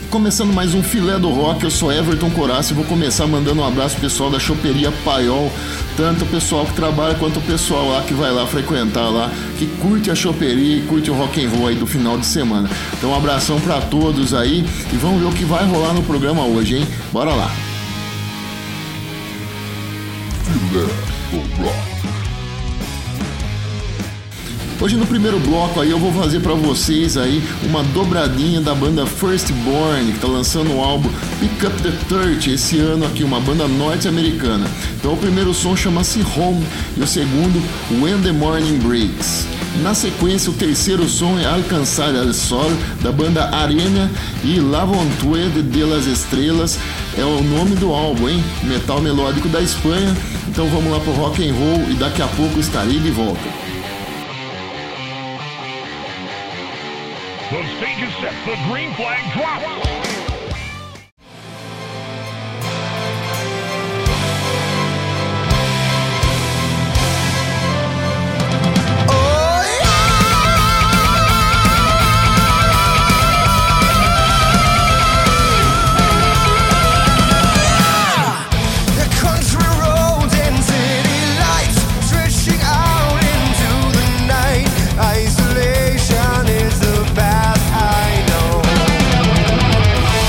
Começando mais um Filé do Rock, eu sou Everton Coraça e vou começar mandando um abraço pro pessoal da Choperia Paiol, tanto o pessoal que trabalha quanto o pessoal lá que vai lá frequentar lá, que curte a choperia e curte o rock and roll aí do final de semana. Então um abração pra todos aí e vamos ver o que vai rolar no programa hoje, hein? Bora lá! Filé do Rock. Hoje no primeiro bloco aí eu vou fazer pra vocês aí uma dobradinha da banda Firstborn, que tá lançando o álbum Pick Up The 30 esse ano aqui, uma banda norte-americana. Então o primeiro som chama-se Home e o segundo When The Morning Breaks. Na sequência o terceiro som é Alcançar El Sol, da banda Arena, e La Vontade de las Estrelas é o nome do álbum, hein? Metal melódico da Espanha. Então vamos lá pro rock and roll e daqui a pouco estarei de volta. The stage is set, the green flag drops. Isolation is the path I know.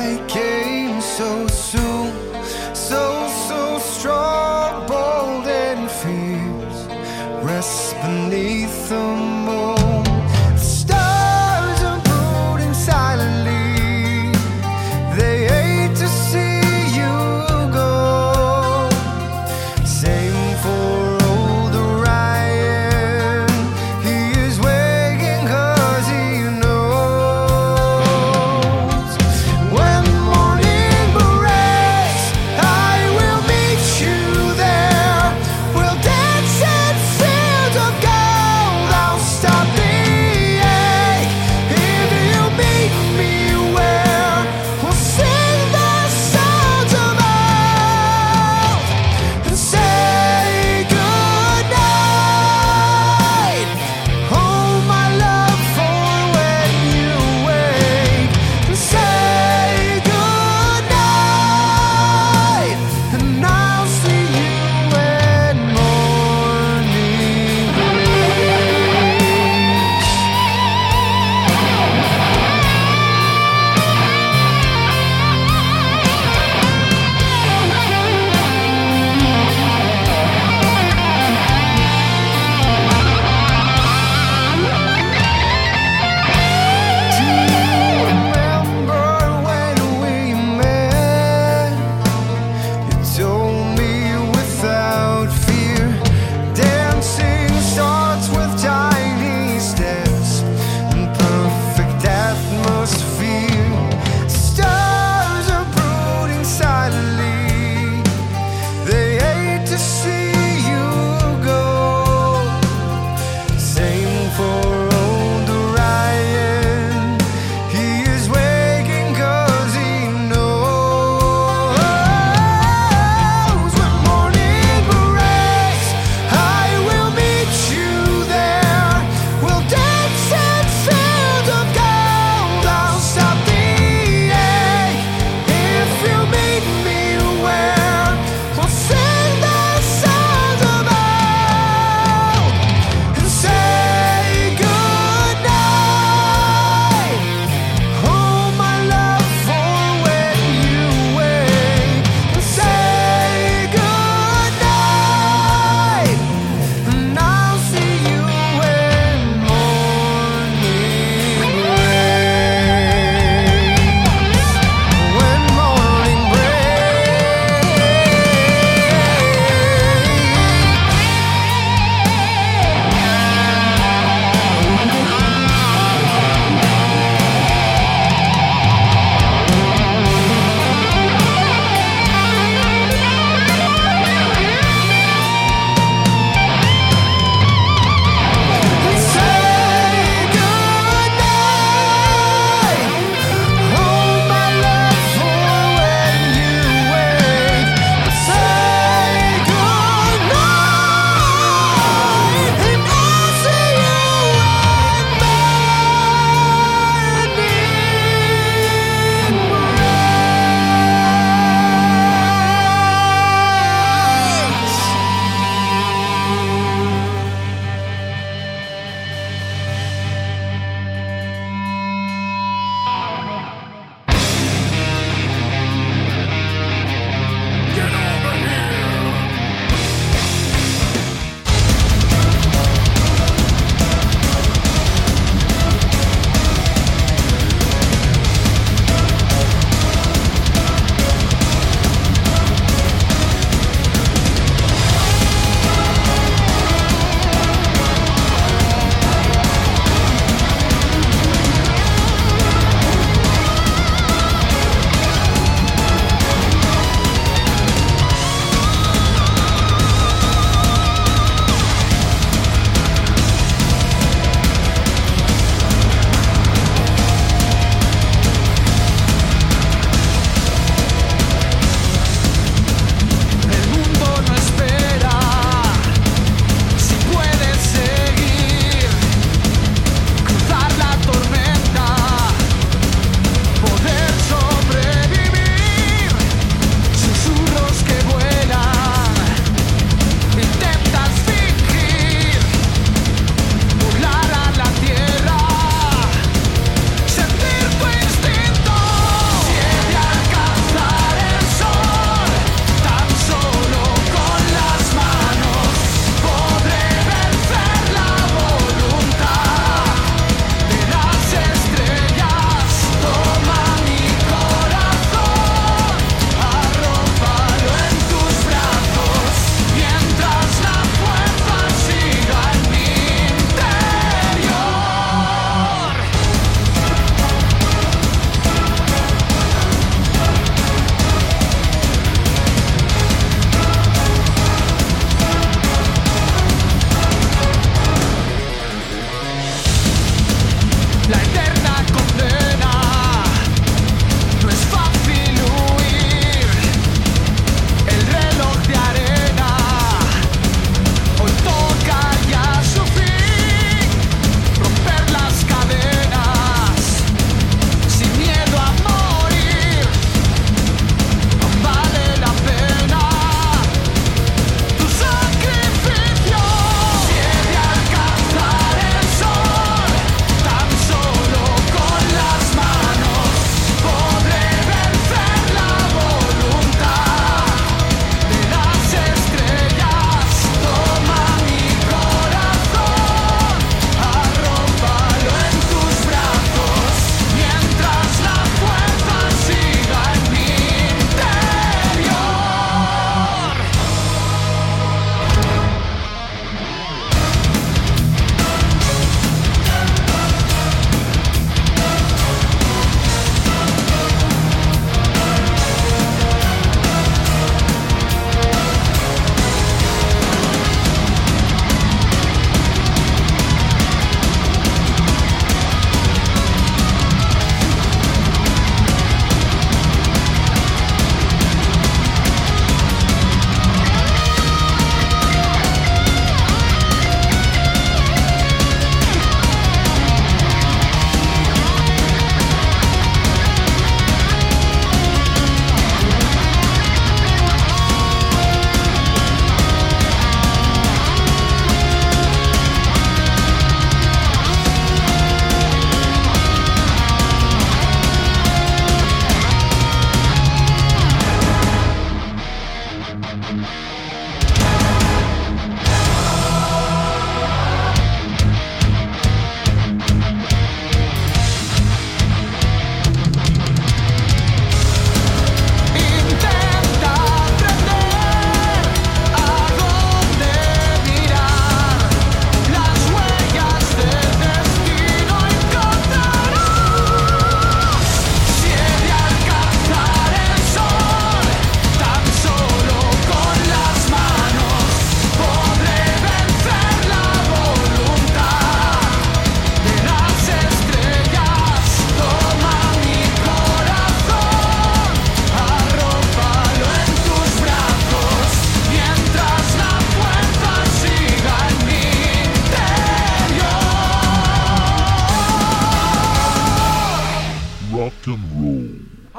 night came so soon, so strong, bold and fierce, rests beneath the moon. The stars are brooding silently, they hate to see you go. Same for old Orion, he is waking 'cause he knows. When morning breaks, I will meet you there. We'll dance in fields of gold, I'll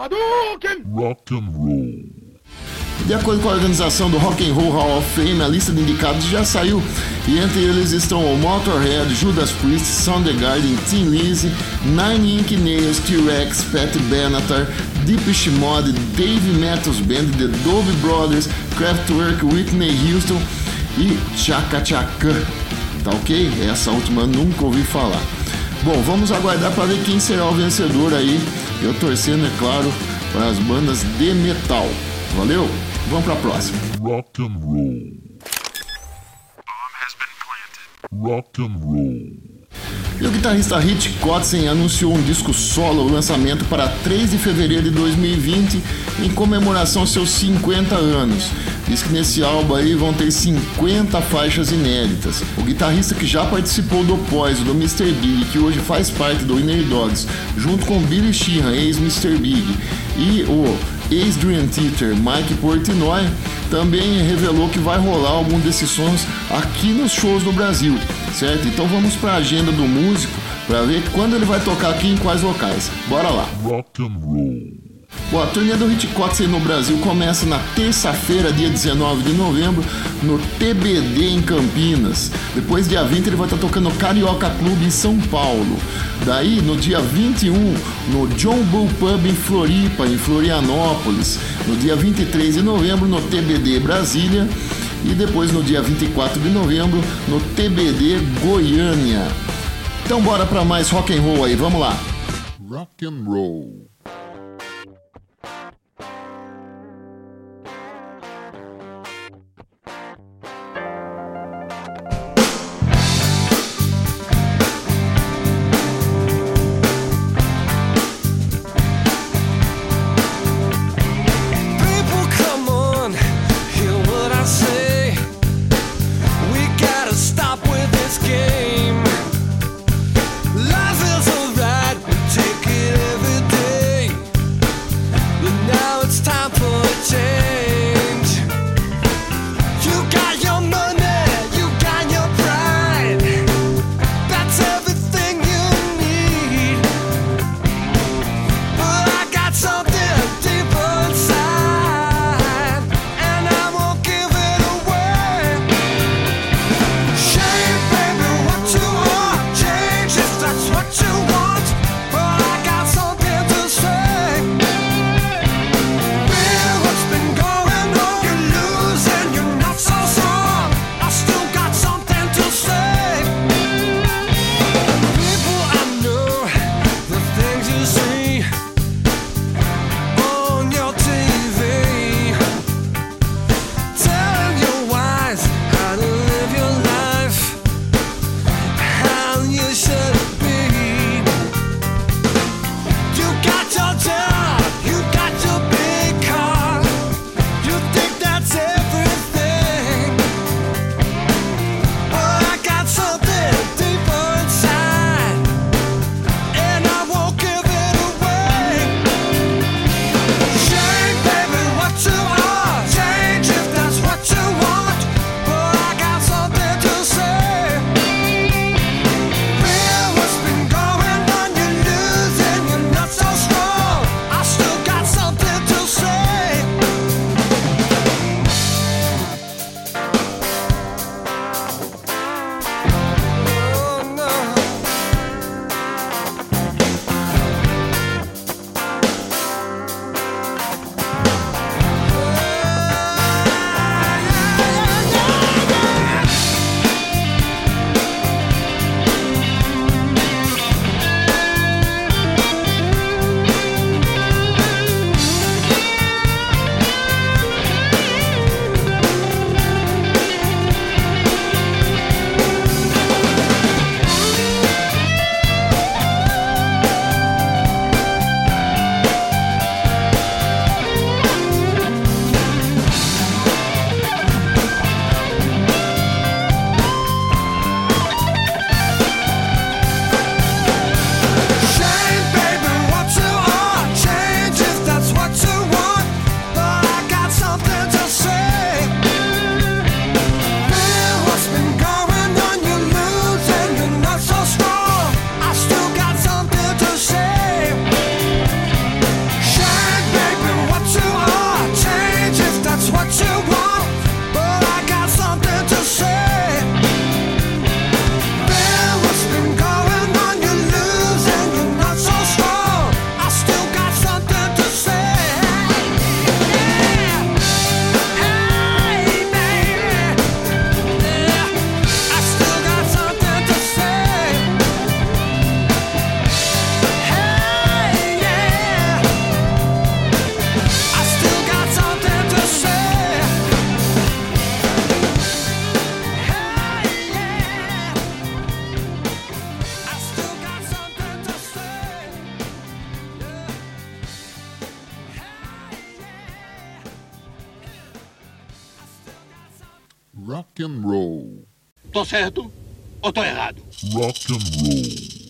Hadouken! Rock and roll. De acordo com a organização do Rock and Roll Hall of Fame, a lista de indicados já saiu e entre eles estão o Motorhead, Judas Priest, Soundgarden, Tin Lizzy, Nine Inch Nails, T-Rex, Pat Benatar, Depeche Mode, Dave Matthews Band, The Dove Brothers, Kraftwerk, Whitney Houston e Chaka Chaka. Tá ok? Essa última nunca ouvi falar. Bom, vamos aguardar para ver quem será o vencedor aí. Eu torcendo, é claro, para as bandas de metal. Valeu? Vamos para a próxima. Rock and roll. Rock and roll. E o guitarrista Rich Kotzen anunciou um disco solo, o lançamento para 3 de fevereiro de 2020, em comemoração aos seus 50 anos. Diz que nesse álbum aí vão ter 50 faixas inéditas. O guitarrista que já participou do Poison, do Mr. Big, que hoje faz parte do Inner Dogs, junto com Billy Sheehan, ex-Mr. Big, e o ex-Dream Theater Mike Portnoy, também revelou que vai rolar algum desses sons aqui nos shows do Brasil, certo? Então vamos para a agenda do músico para ver quando ele vai tocar aqui em quais locais. Bora lá! Rock and roll. Bom, a turnê do Rich Kotzen no Brasil começa na terça-feira, dia 19 de novembro, no TBD em Campinas. Depois, dia 20, ele vai estar tocando no Carioca Clube em São Paulo. Daí, no dia 21, no John Bull Pub em Floripa, em Florianópolis. No dia 23 de novembro, no TBD Brasília. E depois, no dia 24 de novembro, no TBD Goiânia. Então, bora para mais rock and roll aí, vamos lá. Rock and roll. Life is alright, we take it every day. Rock and roll. Tô certo ou tô errado? Rock and roll.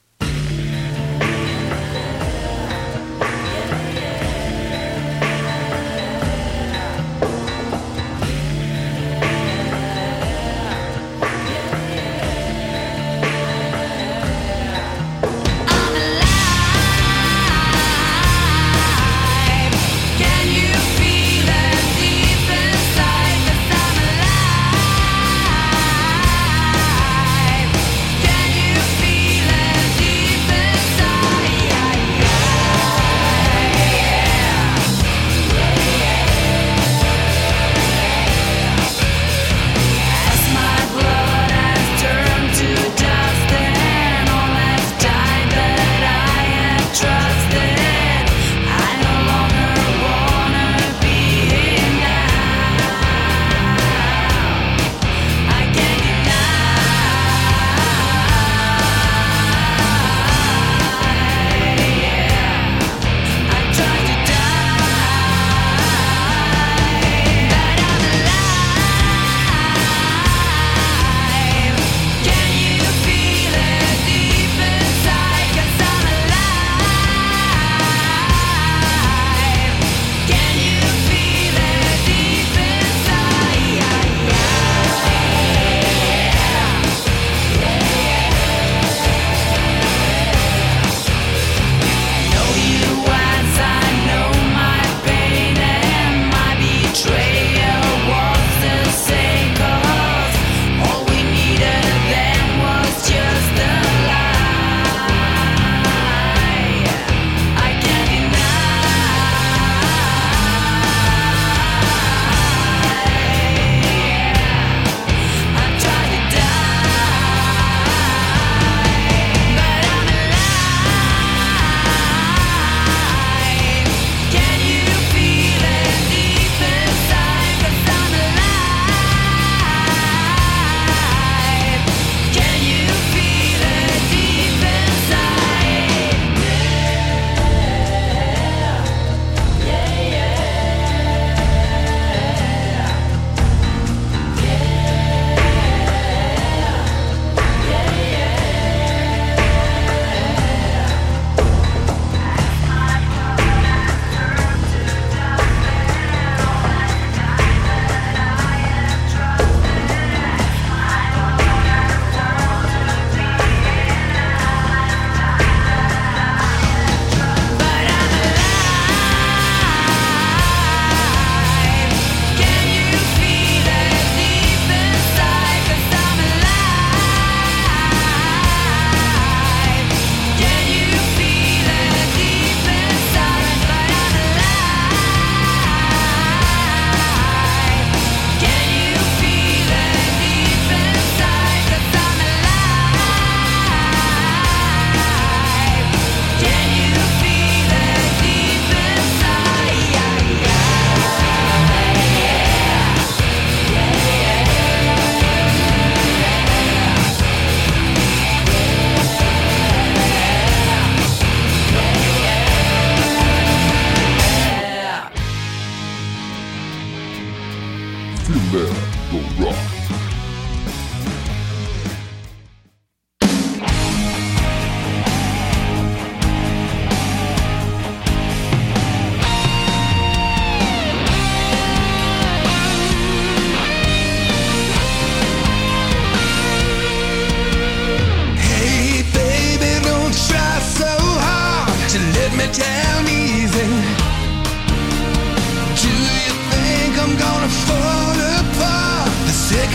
Filé do Rock. Down easy. Do you think I'm gonna fall apart the second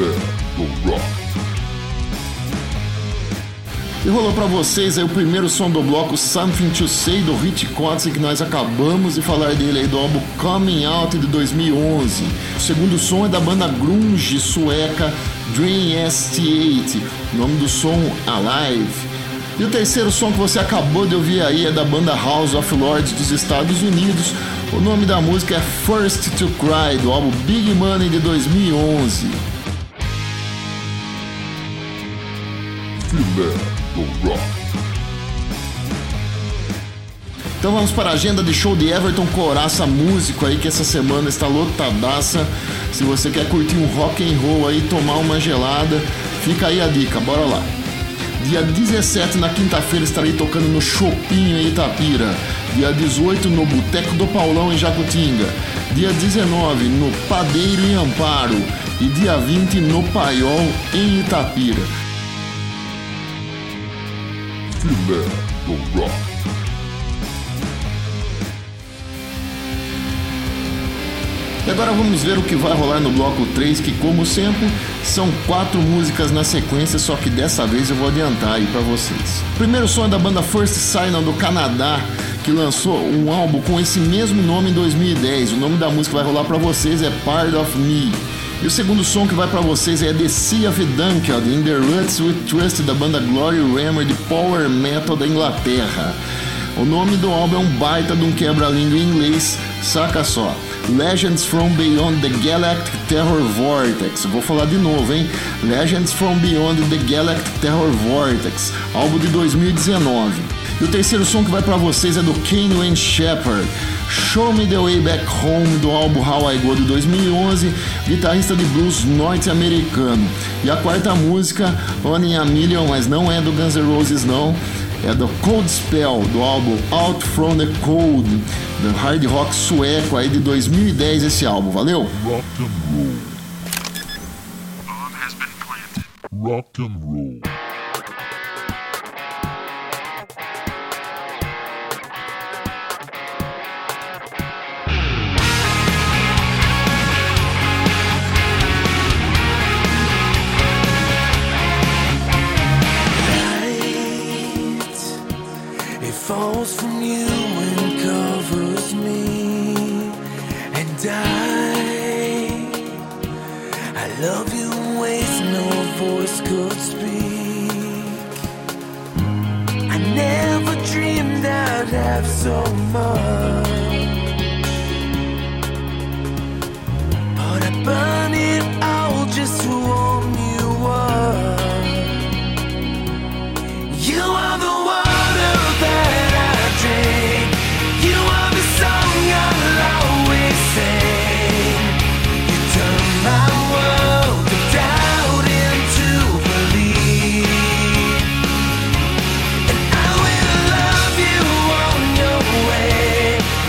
Thriller do Rock. E rolou pra vocês aí o primeiro som do bloco, Something to Say, do Rich Kotzen, que nós acabamos de falar dele aí, do álbum Coming Out de 2011. O segundo som é da banda grunge sueca Dream ST8, o nome do som Alive. E o terceiro som que você acabou de ouvir aí é da banda House of Lords dos Estados Unidos. O nome da música é First to Cry, do álbum Big Money de 2011. Thriller do Rock. Então vamos para a agenda de show de Everton Coraça, músico aí que essa semana está lotadaça. Se você quer curtir um rock and roll aí, tomar uma gelada, fica aí a dica, bora lá. Dia 17, na quinta-feira, estarei tocando no Chopinho em Itapira. Dia 18, no Boteco do Paulão em Jacutinga. Dia 19, no Padeiro em Amparo. E dia 20, no Paiol em Itapira. Thriller do Rock. E agora vamos ver o que vai rolar no bloco 3, que como sempre, são 4 músicas na sequência, só que dessa vez eu vou adiantar aí pra vocês. O primeiro som é da banda First Signal do Canadá, que lançou um álbum com esse mesmo nome em 2010. O nome da música que vai rolar pra vocês é Part of Me. E o segundo som que vai pra vocês é The Sea of Dunkeld, In the Roots with Trust, da banda Glory Rammer de Power Metal da Inglaterra. O nome do álbum é um baita de um quebra-língua em inglês, saca só. Legends from Beyond the Galactic Terror Vortex. Vou falar de novo, hein? Legends from Beyond the Galactic Terror Vortex, álbum de 2019. E o terceiro som que vai pra vocês é do Kane Wayne Shepherd, Show Me the Way Back Home, do álbum How I Go de 2011, guitarrista de blues norte-americano. E a quarta música, One in a Million, mas não é do Guns N' Roses não, é do Cold Spell, do álbum Out From the Cold, do hard rock sueco aí de 2010 esse álbum, valeu? Rock and roll. Rock and roll. Falls from you and covers me, and I love you in ways no voice could speak. I never dreamed I'd have so much, but I burn it all just to warm you up. You are the water that I drink. You are the song I'll always sing. You turn my world of doubt into belief, and I will love you on your way.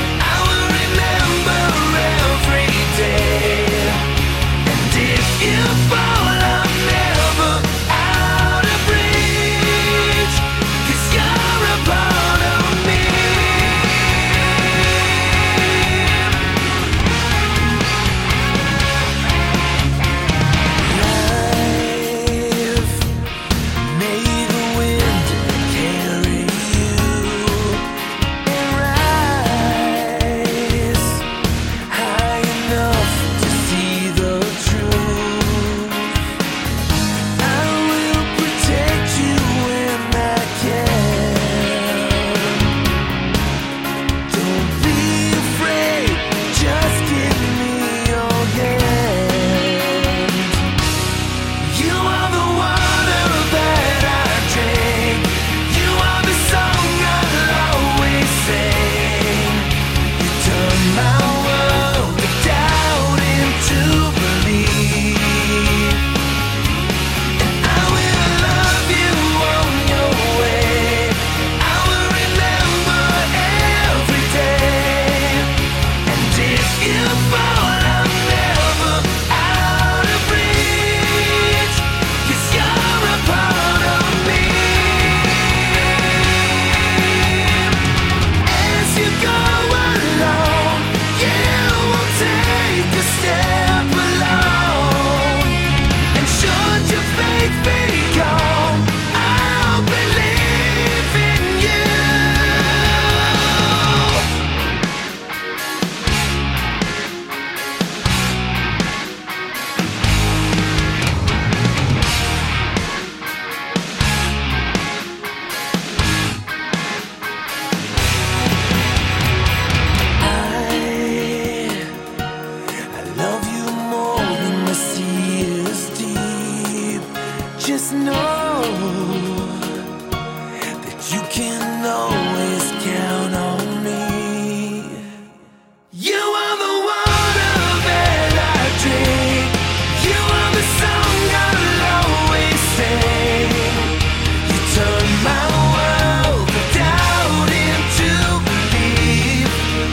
You can always count on me. You are the water that I drink. You are the song I'll always sing. You turn my world of doubt into belief.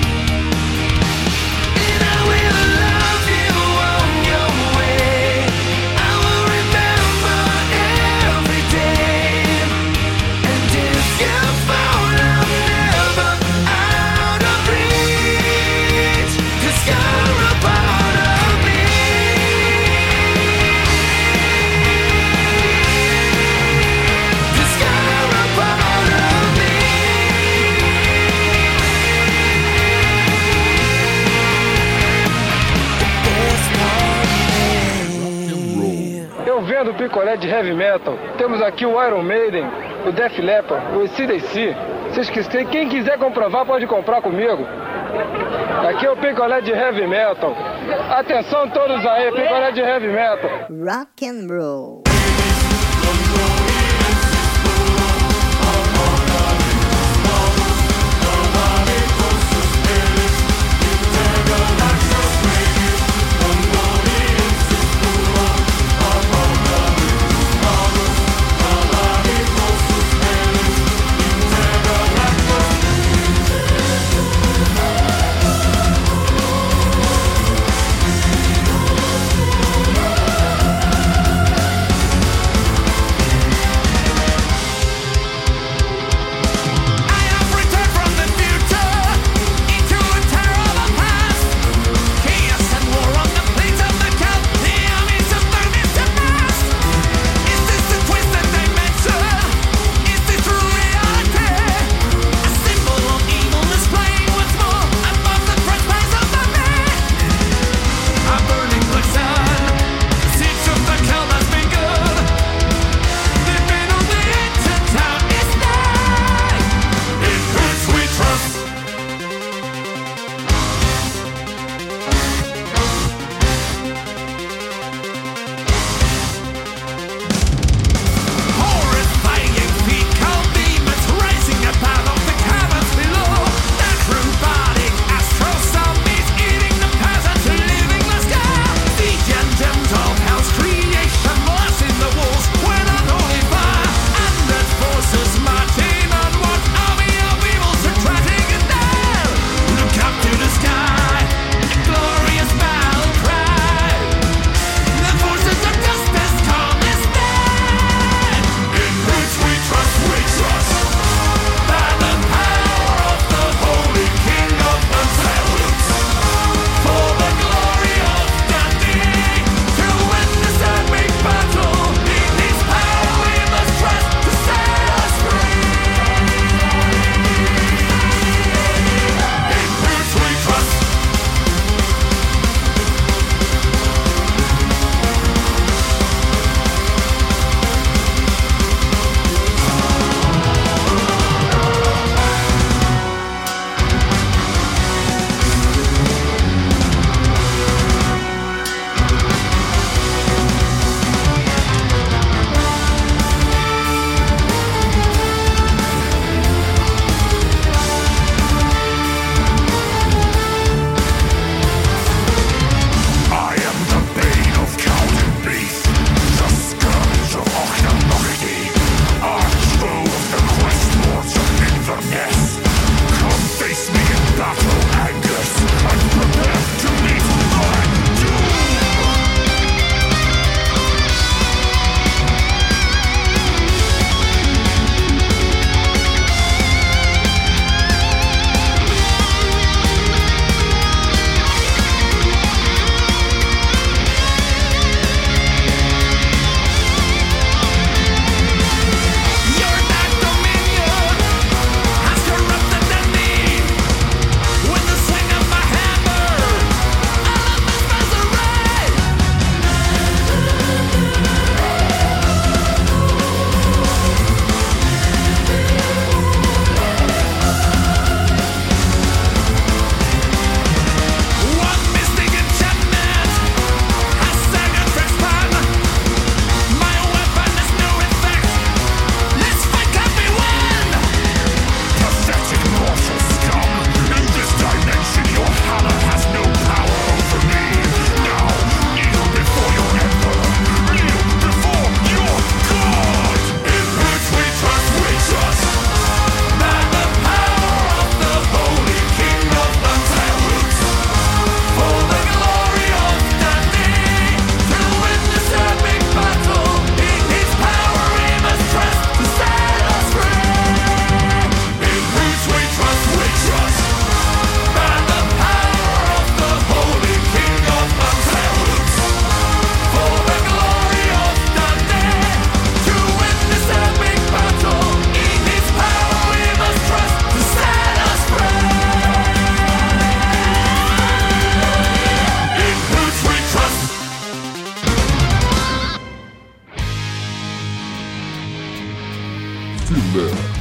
And I will love you on your way. I will remember every day. And if you fall, I'm never out of reach. 'Cause you're a part of me. 'Cause you're a part of me. The best part of me. Eu vendo picolé de heavy metal. Temos aqui o Iron Maiden, o Def Leppard, o AC/DC. Quem quiser comprovar pode comprar comigo. Aqui é o picolé de heavy metal. Atenção todos aí, picolé de heavy metal. Rock and roll.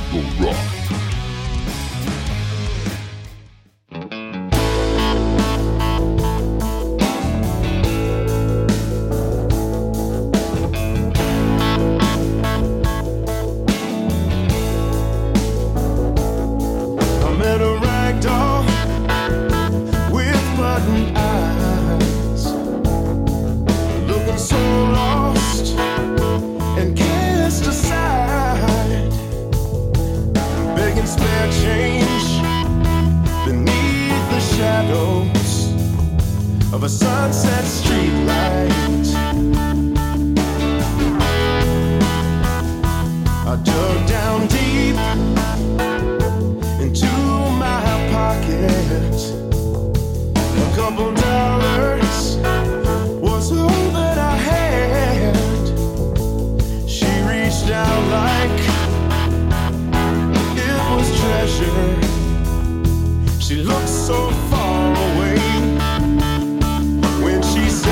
the rock. Of a sunset streetlight, I dug down deep into my pocket. A couple dollars was all that I had. She reached out like it was treasure. She looked so far away when she said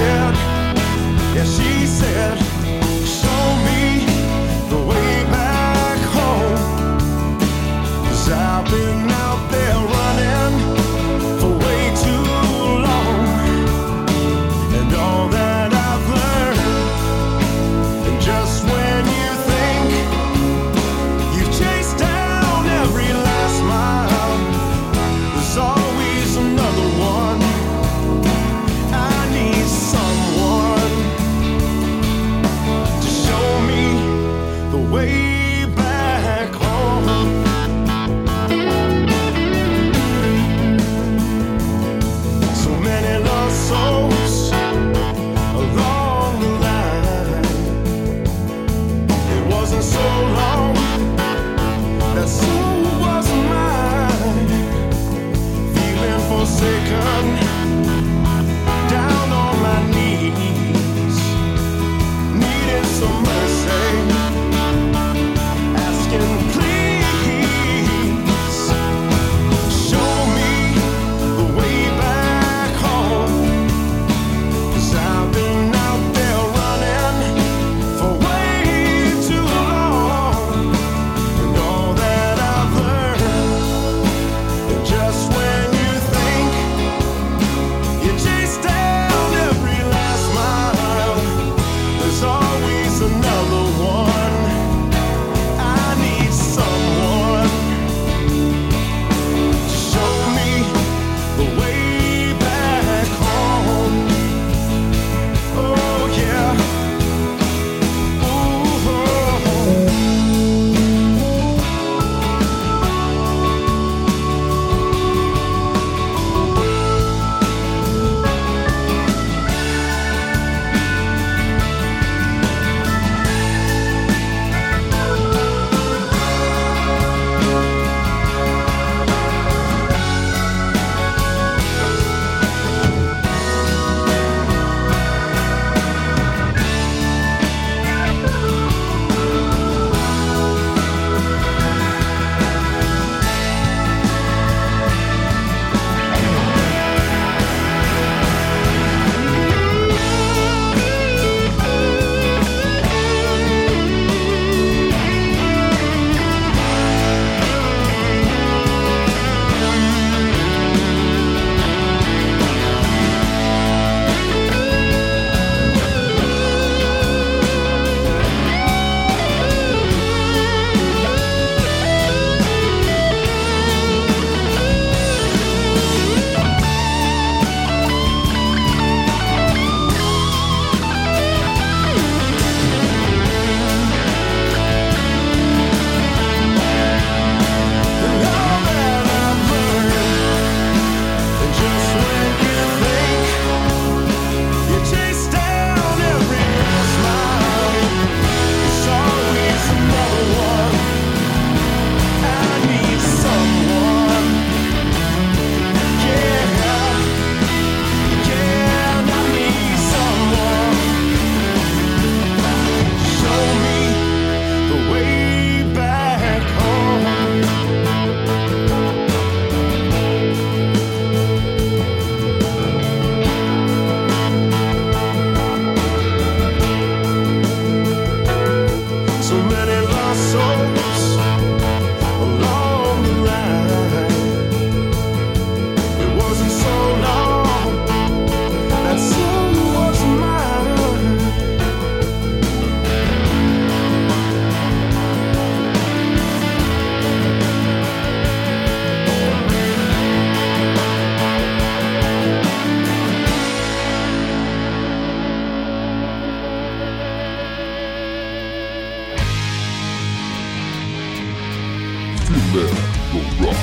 filé do rock.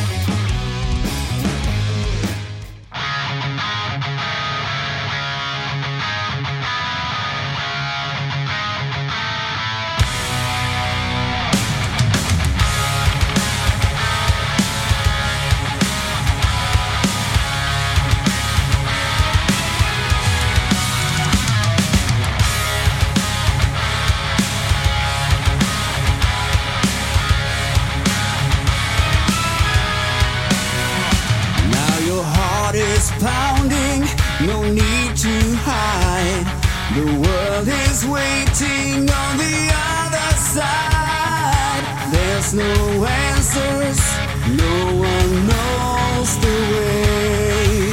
Pounding, no need to hide. The world is waiting on the other side. There's no answers, no one knows the way.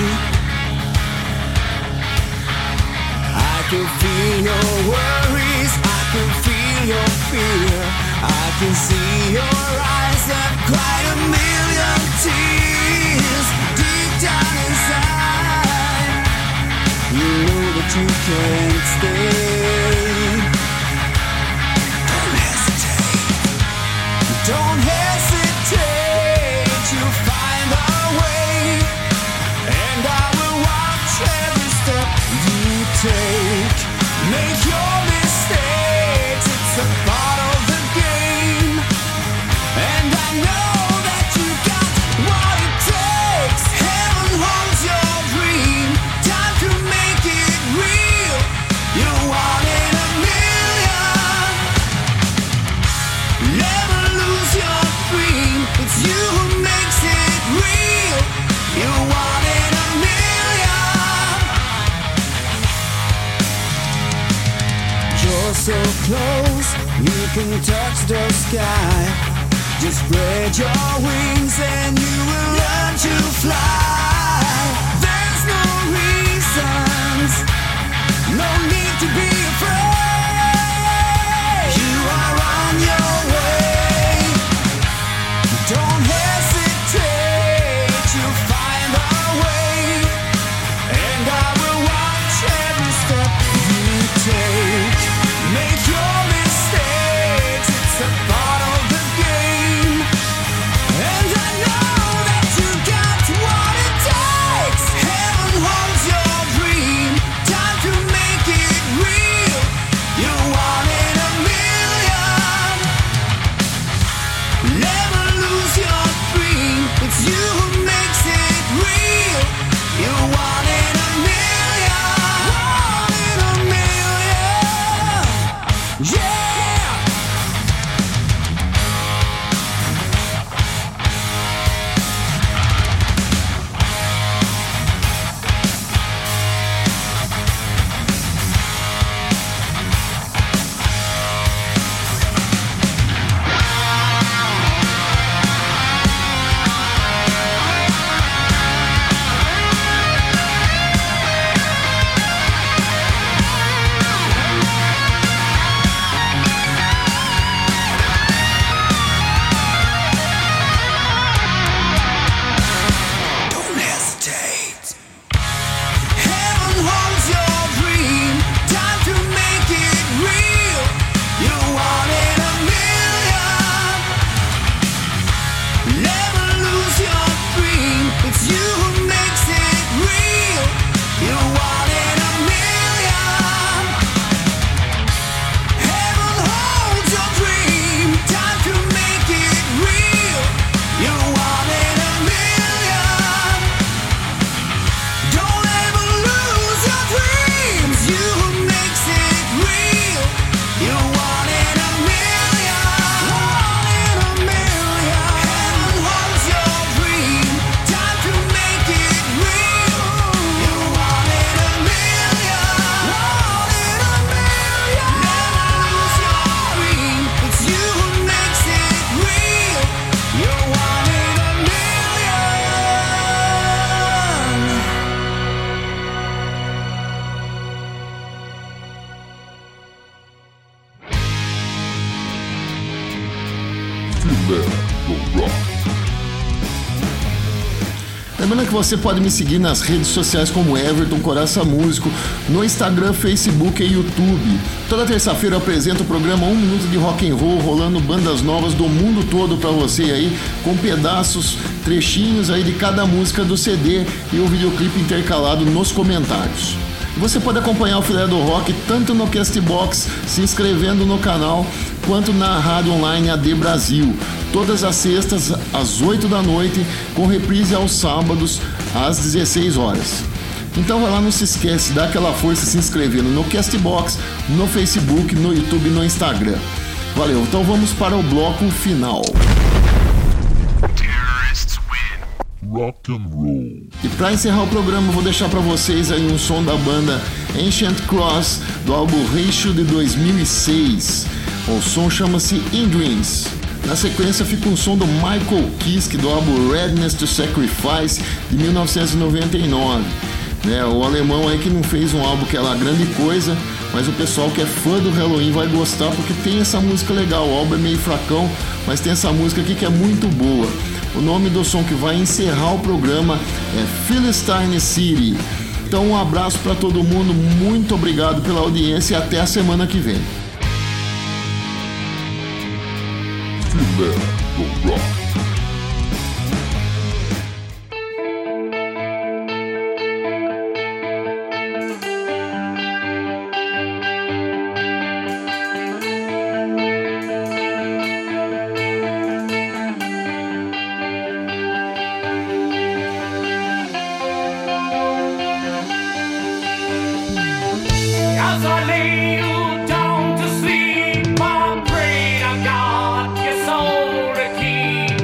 I can feel your worries, I can feel your fear. I can see your eyes have quite a million tears deep down inside. You know that you can't stay. Don't hesitate. Don't hesitate. You'll find a way. And I will watch every step you take. Make your mistakes. It's a part of the game. And I know that you got what it takes. Heaven holds your dream. Time to make it real. You're one in a million. Never lose your dream. It's you who makes it real. You're one in a million. You're so close, you can touch the sky. Just spread your wings and you will learn to fly. There's no reasons, no need to be afraid. You are on your way. Don't hesitate, you'll find a way. And I will watch every step you take. Make your mistakes, it's a part of the game. And I know that you got what it takes. Heaven holds your dream. Time to make it real. You're one in a million. Never lose your dream. It's you who makes it real. You're one in a million. One in a million. Yeah. Don't hesitate. Heaven holds your dream. Time to make it real. You're one in a million. Never lose your dream. It's you who makes it real. You're one in a million. Heaven holds your dream. Time to make it real. You're one in a million. Don't ever lose your dreams. You who makes it real. You're one in a million. One in a million. Heaven holds your dream. Time to make Lembrando que você pode me seguir nas redes sociais como Everton Coraça Músico, no Instagram, Facebook e YouTube. Toda terça-feira eu apresento o programa 1 Minuto de Rock and Roll, rolando bandas novas do mundo todo pra você aí, com pedaços, trechinhos aí de cada música do CD e o videoclipe intercalado nos comentários. Você pode acompanhar o Filé do Rock tanto no Castbox, se inscrevendo no canal, quanto na rádio online AD Brasil, todas as sextas às 8 da noite, com reprise aos sábados às 16 horas. Então vai lá, não se esquece, dá aquela força se inscrevendo no Castbox, no Facebook, no YouTube e no Instagram. Valeu, então vamos para o bloco final. Rock and Roll. E para encerrar o programa, eu vou deixar para vocês aí um som da banda Ancient Cross, do álbum Ratio de 2006. O som chama-se In Dreams. Na sequência fica um som do Michael Kiske, do álbum Readiness to Sacrifice, de 1999. O alemão aí que não fez um álbum que é lá grande coisa, mas o pessoal que é fã do Halloween vai gostar, porque tem essa música legal. O álbum é meio fracão, mas tem essa música aqui que é muito boa. O nome do som que vai encerrar o programa é Philistine City. Então um abraço para todo mundo, muito obrigado pela audiência e até a semana que vem. Filé do Rock. As I lay you down to sleep, I pray to God your soul to keep.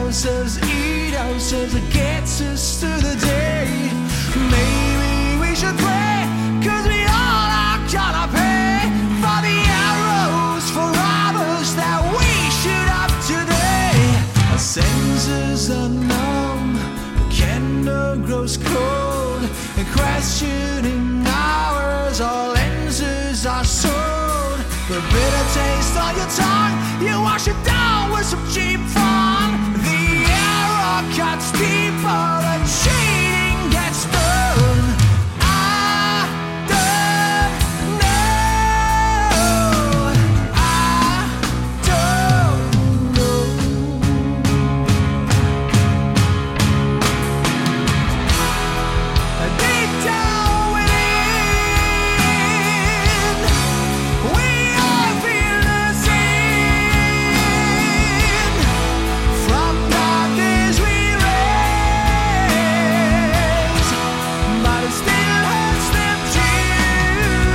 ourselves, eat ourselves, it gets us through the day. Maybe we should pray, cause we all are gonna pay for the arrows, for robbers that we shoot up today. Our senses are numb, the candle grows cold, and questioning hours, our lenses are sold. The bitter taste on your tongue, you wash it down with some cheap fun. The arrow cuts deeper, the cheating gets done. I don't know, I don't know. Deep down within, we all feel the same. From darkness we raise, but it still hurts them too.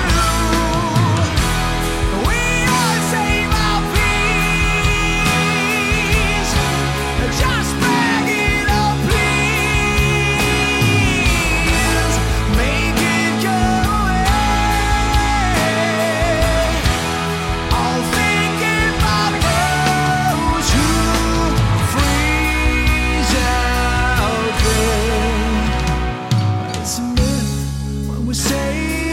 We all save our peace, just beg it up, please. Make it go away. All thinking about those who freeze out there. It's a myth when we say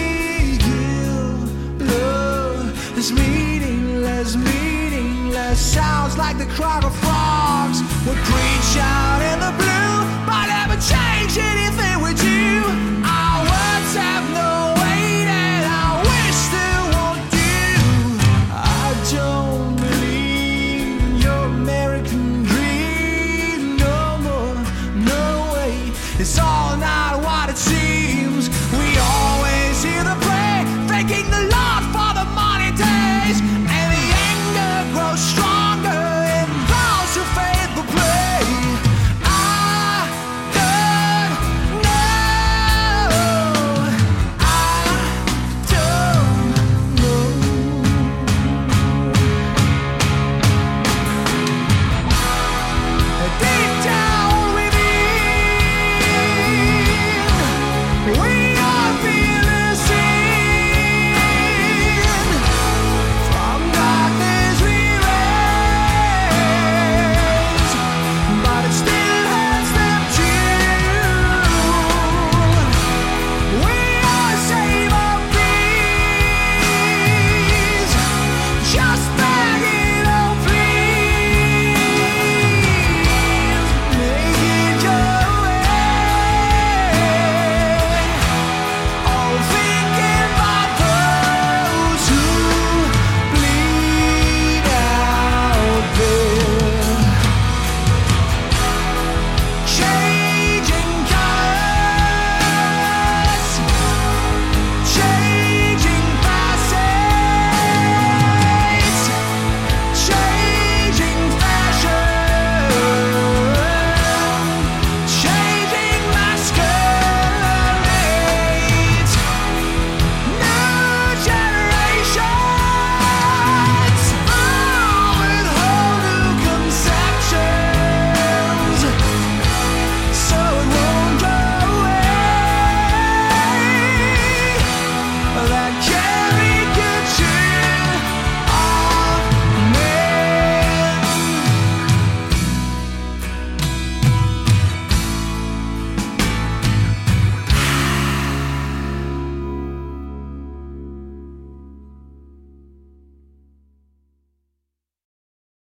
love is meaningless, meaningless. Sounds like the crowd of frogs would preach out in the blue, but never change anything we do.